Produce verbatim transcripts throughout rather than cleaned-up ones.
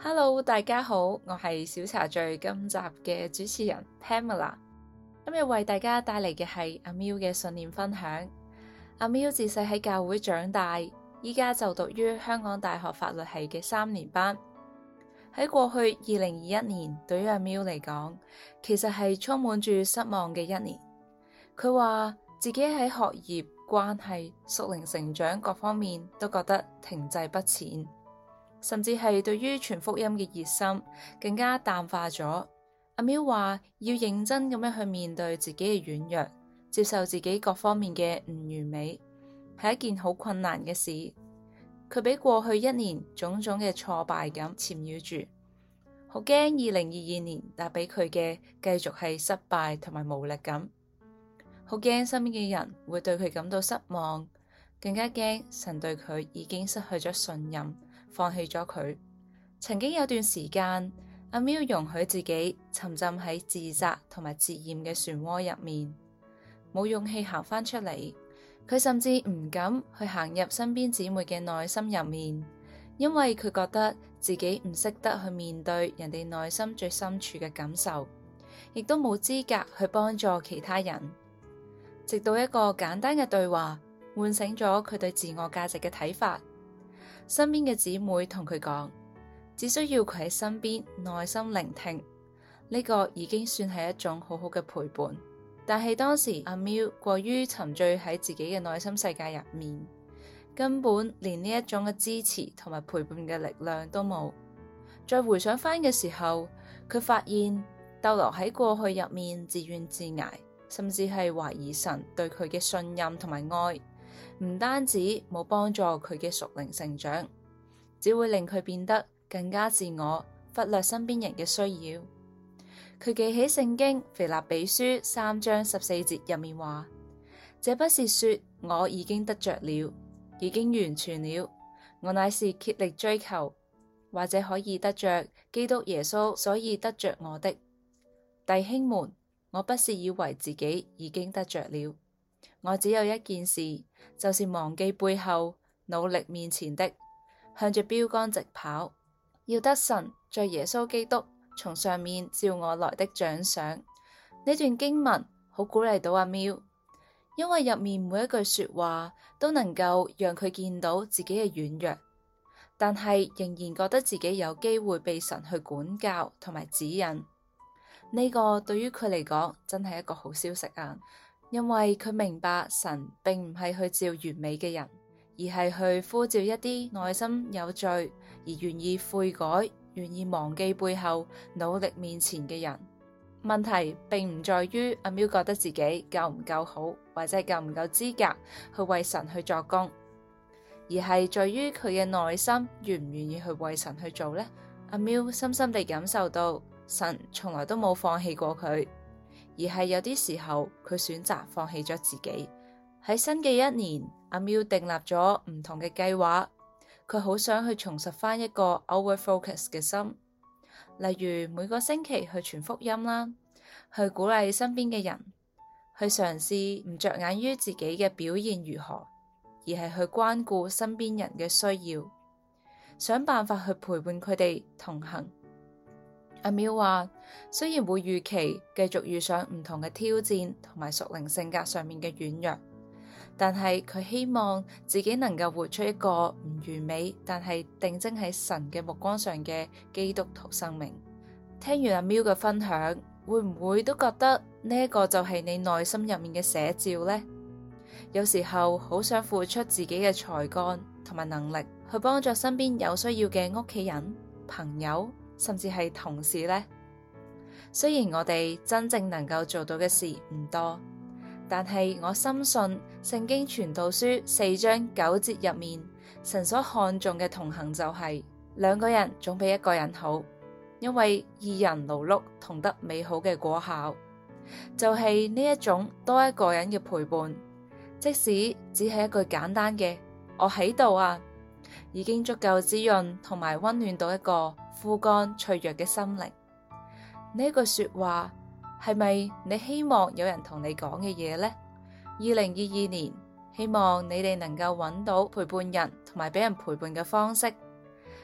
Hello，大家好，我係小茶聚今集嘅主持人 Pamela。今日為大家帶嚟嘅係阿 Miu 嘅信念分享。阿 Miu 自細喺教會長大，依家就讀於香港大學法律系嘅三年班。喺過去二零二一年，對於阿 Miu 嚟講，其實係充滿住失望嘅一年。佢話自己喺學業、關係、屬靈成長各方面都覺得停滯不前。甚至係對於傳福音嘅熱心更加淡化咗。阿 Miu 話要認真咁樣去面對自己嘅軟弱，接受自己各方面嘅唔完美，係一件好困難嘅事。佢俾過去一年種種嘅挫敗感纏繞住，好驚二零二二年帶俾佢嘅繼續係失敗同埋無力感，好驚身邊嘅人會對佢感到失望，更加驚神對佢已經失去咗信任，放棄咗佢。曾經有段時間，阿 Miu 容許自己沉浸喺自責同埋自厭嘅漩渦入面，冇勇氣行返出嚟。佢甚至唔敢去行入身邊姊妹嘅內心入面，因為佢覺得自己唔識得去面對人哋內心最深處嘅感受，亦都冇資格去幫助其他人。直到一個簡單嘅對話，喚醒咗佢對自我價值嘅睇法。身邊嘅姊妹同佢講，只需要佢喺身邊耐心聆聽，呢個已經算係一種好好嘅陪伴。但係當時阿 Miu 過於沉醉喺自己嘅內心世界入面，根本連呢一種嘅支持同埋陪伴嘅力量都冇。再回想翻嘅時候，佢發現逗留喺過去入面自怨自艾，甚至係懷疑神對佢嘅信任同埋愛，唔單止冇幫助佢嘅屬靈成長，只會令佢變得更加自我，忽略身邊人嘅需要。佢記起聖經腓立比書三章十四節入面話，這不是說我已經得着了，已經完全了，我乃是竭力追求，或者可以得着基督耶穌，所以得着我的。弟兄們，我不是以為自己已經得着了，我只有一件事，就是忘記背後，努力面前的，向着標竿直跑，要得神在耶穌基督從上面召我來的獎賞。呢段經文好鼓勵到阿 Miu，因為入面每一句說話都能夠讓佢見到自己嘅軟弱，但係仍然覺得自己有機會被神去管教同埋指引。呢個對於佢嚟講真係一個好消息啊！因為佢明白神並唔係去召完美嘅人，而係去呼召一啲內心有罪而願意悔改、願意忘記背後、努力面前嘅人。問題並唔在於阿 Miu 覺得自己夠唔夠好，或者係夠唔夠資格去為神去作工，而係在於佢嘅內心願唔願意去為神去做呢？阿 Miu 深深地感受到神從來都冇放棄過佢，而係有啲時候佢選擇放棄咗自己。喺新嘅一年，阿 Miu 訂立咗唔同嘅計劃，佢好想去重拾翻一個 outward focus 嘅心，例如每個星期去傳福音啦，去鼓勵身邊嘅人，去嘗試唔着眼於自己嘅表現如何，而係去關顧身邊人嘅需要，想辦法去陪伴佢哋同行。阿 Miu 話，雖然會預期繼續遇上唔同嘅挑戰同埋屬靈性格上面嘅軟弱，但係佢希望自己能夠活出一個唔完美，但係定睛喺神嘅目光上嘅基督徒生命。聽完阿 Miu 嘅分享，會唔會都覺得呢一個就係你內心入面嘅寫照呢？有時候好想付出自己嘅才幹同埋能力，去幫助身邊有需要嘅屋企人、朋友，甚至係同事呢。雖然我哋真正能夠做到嘅事唔多，但係我深信聖經傳道書四章九節入面，神所看重嘅同行就係、是、兩個人總比一個人好，因為二人勞碌同得美好嘅果效。就係、是、呢一種多一個人嘅陪伴，即使只係一句簡單嘅我喺度啊，已經足夠滋潤同埋溫暖到一個枯乾脆弱嘅心靈。呢句說話係咪你希望有人同你講嘅嘢呢？二零二二年，希望你哋能夠揾到陪伴人同埋俾人陪伴嘅方式，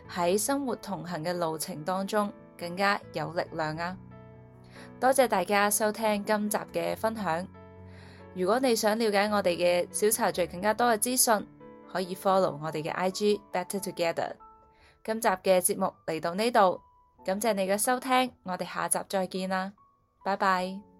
喺生活同行嘅路程當中更加有力量啊！多謝大家收聽今集嘅分享。如果你想了解我哋嘅小茶聚更加多嘅資訊，可以 follow 我哋嘅 I G Better Together。今集嘅節目嚟到呢度，感謝你嘅收聽，我哋下集再見啦，拜拜。